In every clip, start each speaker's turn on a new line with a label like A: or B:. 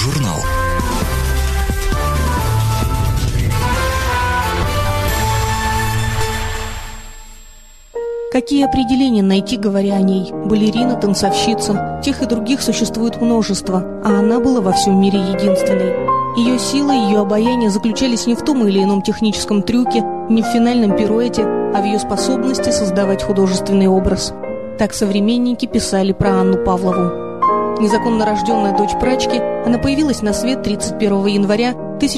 A: Радиожурнал.
B: Какие определения найти, говоря о ней? Балерина, танцовщица. Тех и других существует множество, а она была во всем мире единственной. Ее сила и ее обаяние заключались не в том или ином техническом трюке, не в финальном пируэте, а в ее способности создавать художественный образ. Так современники писали про Анну Павлову. Незаконно рожденная дочь прачки, она появилась на свет 31 января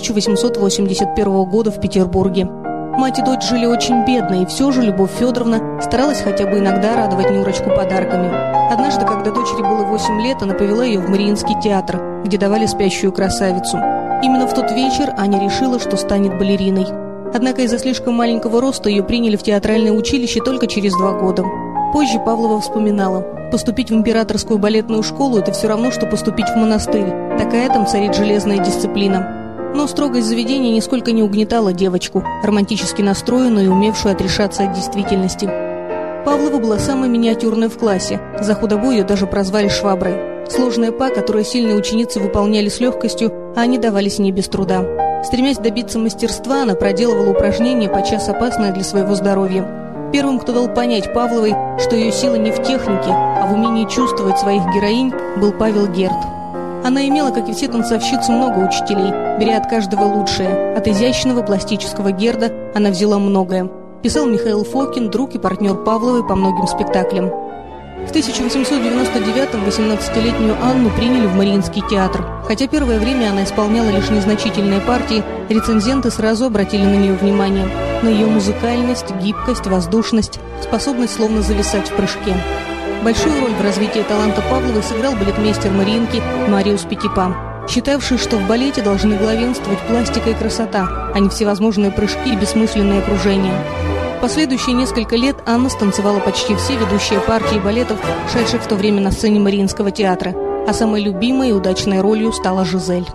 B: 1881 года в Петербурге. Мать и дочь жили очень бедно, и все же Любовь Федоровна старалась хотя бы иногда радовать Нюрочку подарками. Однажды, когда дочери было 8 лет, она повела ее в Мариинский театр, где давали «Спящую красавицу». Именно в тот вечер Аня решила, что станет балериной. Однако из-за слишком маленького роста ее приняли в театральное училище только через 2 года. Позже Павлова вспоминала: поступить в императорскую балетную школу – это все равно, что поступить в монастырь. Такая там царит железная дисциплина. Но строгость заведения нисколько не угнетала девочку, романтически настроенную и умевшую отрешаться от действительности. Павлова была самой миниатюрной в классе, за худобу ее даже прозвали «шваброй». Сложное па, которое сильные ученицы выполняли с легкостью, а они давались не без труда. Стремясь добиться мастерства, она проделывала упражнения, подчас опасные для своего здоровья. Первым, кто дал понять Павловой, что ее сила не в технике, а в умении чувствовать своих героинь, был Павел Герд. Она имела, как и все танцовщицы, много учителей, беря от каждого лучшее. От изящного пластического Герда она взяла многое. Писал Михаил Фокин, друг и партнер Павловой по многим спектаклям. В 1899-м 18-летнюю Анну приняли в Мариинский театр. Хотя первое время она исполняла лишь незначительные партии, рецензенты сразу обратили на нее внимание. На ее музыкальность, гибкость, воздушность, способность словно зависать в прыжке. Большую роль в развитии таланта Павловой сыграл балетмейстер Мариинки Мариус Петипа, считавший, что в балете должны главенствовать пластика и красота, а не всевозможные прыжки и бессмысленные окружения. В последующие несколько лет Анна станцевала почти все ведущие партии балетов, шедших в то время на сцене Мариинского театра, а самой любимой и удачной ролью стала Жизель.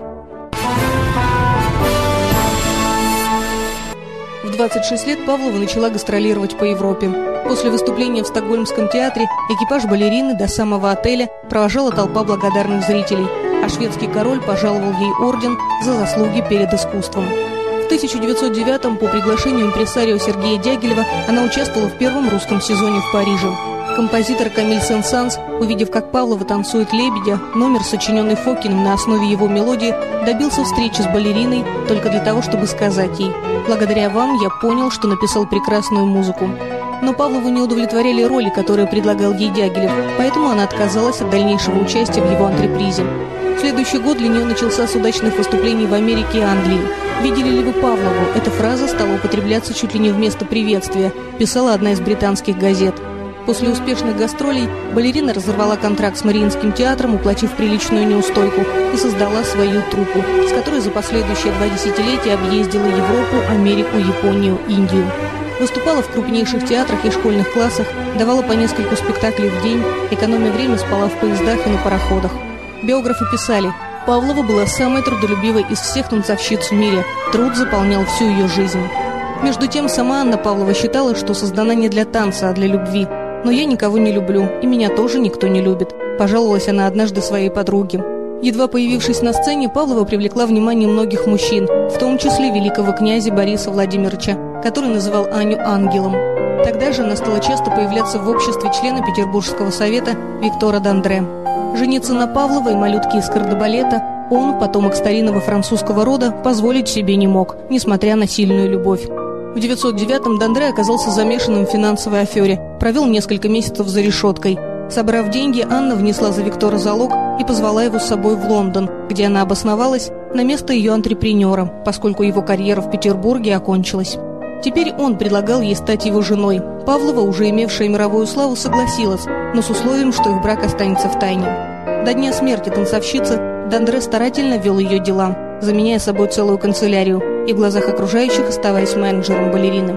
B: В 26 лет Павлова начала гастролировать по Европе. После выступления в Стокгольмском театре экипаж балерины до самого отеля провожала толпа благодарных зрителей, а шведский король пожаловал ей орден за заслуги перед искусством. В 1909-м по приглашению импресарио Сергея Дягилева она участвовала в первом русском сезоне в Париже. Композитор Камиль Сен-Санс, увидев, как Павлова танцует лебедя, номер, сочиненный Фокиным на основе его мелодии, добился встречи с балериной только для того, чтобы сказать ей: «Благодаря вам я понял, что написал прекрасную музыку». Но Павлову не удовлетворяли роли, которые предлагал ей Дягилев, поэтому она отказалась от дальнейшего участия в его антрепризе. В следующий год для нее начался с удачных выступлений в Америке и Англии. «Видели ли вы Павлову?» Эта фраза стала употребляться чуть ли не вместо приветствия, писала одна из британских газет. После успешных гастролей балерина разорвала контракт с Мариинским театром, уплатив приличную неустойку, и создала свою труппу, с которой за последующие 2 десятилетия объездила Европу, Америку, Японию, Индию. Выступала в крупнейших театрах и школьных классах, давала по нескольку спектаклей в день, экономя время спала в поездах и на пароходах. Биографы писали: Павлова была самой трудолюбивой из всех танцовщиц в мире, труд заполнял всю ее жизнь. Между тем, сама Анна Павлова считала, что создана не для танца, а для любви. «Но я никого не люблю, и меня тоже никто не любит», – пожаловалась она однажды своей подруге. Едва появившись на сцене, Павлова привлекла внимание многих мужчин, в том числе великого князя Бориса Владимировича, который называл Аню ангелом. Тогда же она стала часто появляться в обществе члена Петербургского совета Виктора Дандре. Жениться на Павловой, малютке из кардебалета, он, потомок старинного французского рода, позволить себе не мог, несмотря на сильную любовь. В 1909-м Дандре оказался замешанным в финансовой афере, провел несколько месяцев за решеткой. Собрав деньги, Анна внесла за Виктора залог и позвала его с собой в Лондон, где она обосновалась на место ее антрепренера, поскольку его карьера в Петербурге окончилась. Теперь он предлагал ей стать его женой. Павлова, уже имевшая мировую славу, согласилась, но с условием, что их брак останется в тайне. До дня смерти танцовщицы Дандре старательно вел ее дела, заменяя собой целую канцелярию, и в глазах окружающих оставаясь менеджером балерины.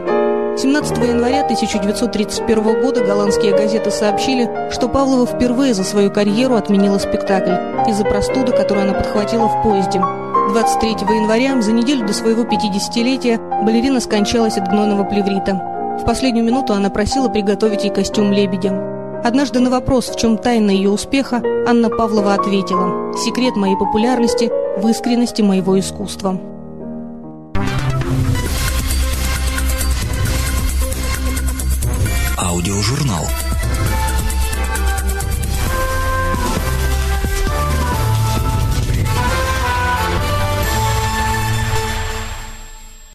B: 17 января 1931 года голландские газеты сообщили, что Павлова впервые за свою карьеру отменила спектакль из-за простуды, которую она подхватила в поезде. 23 января, за неделю до своего 50-летия, балерина скончалась от гнойного плеврита. В последнюю минуту она просила приготовить ей костюм лебедя. Однажды на вопрос, в чем тайна ее успеха, Анна Павлова ответила: «Секрет моей популярности в искренности моего искусства.
A: Аудиожурнал.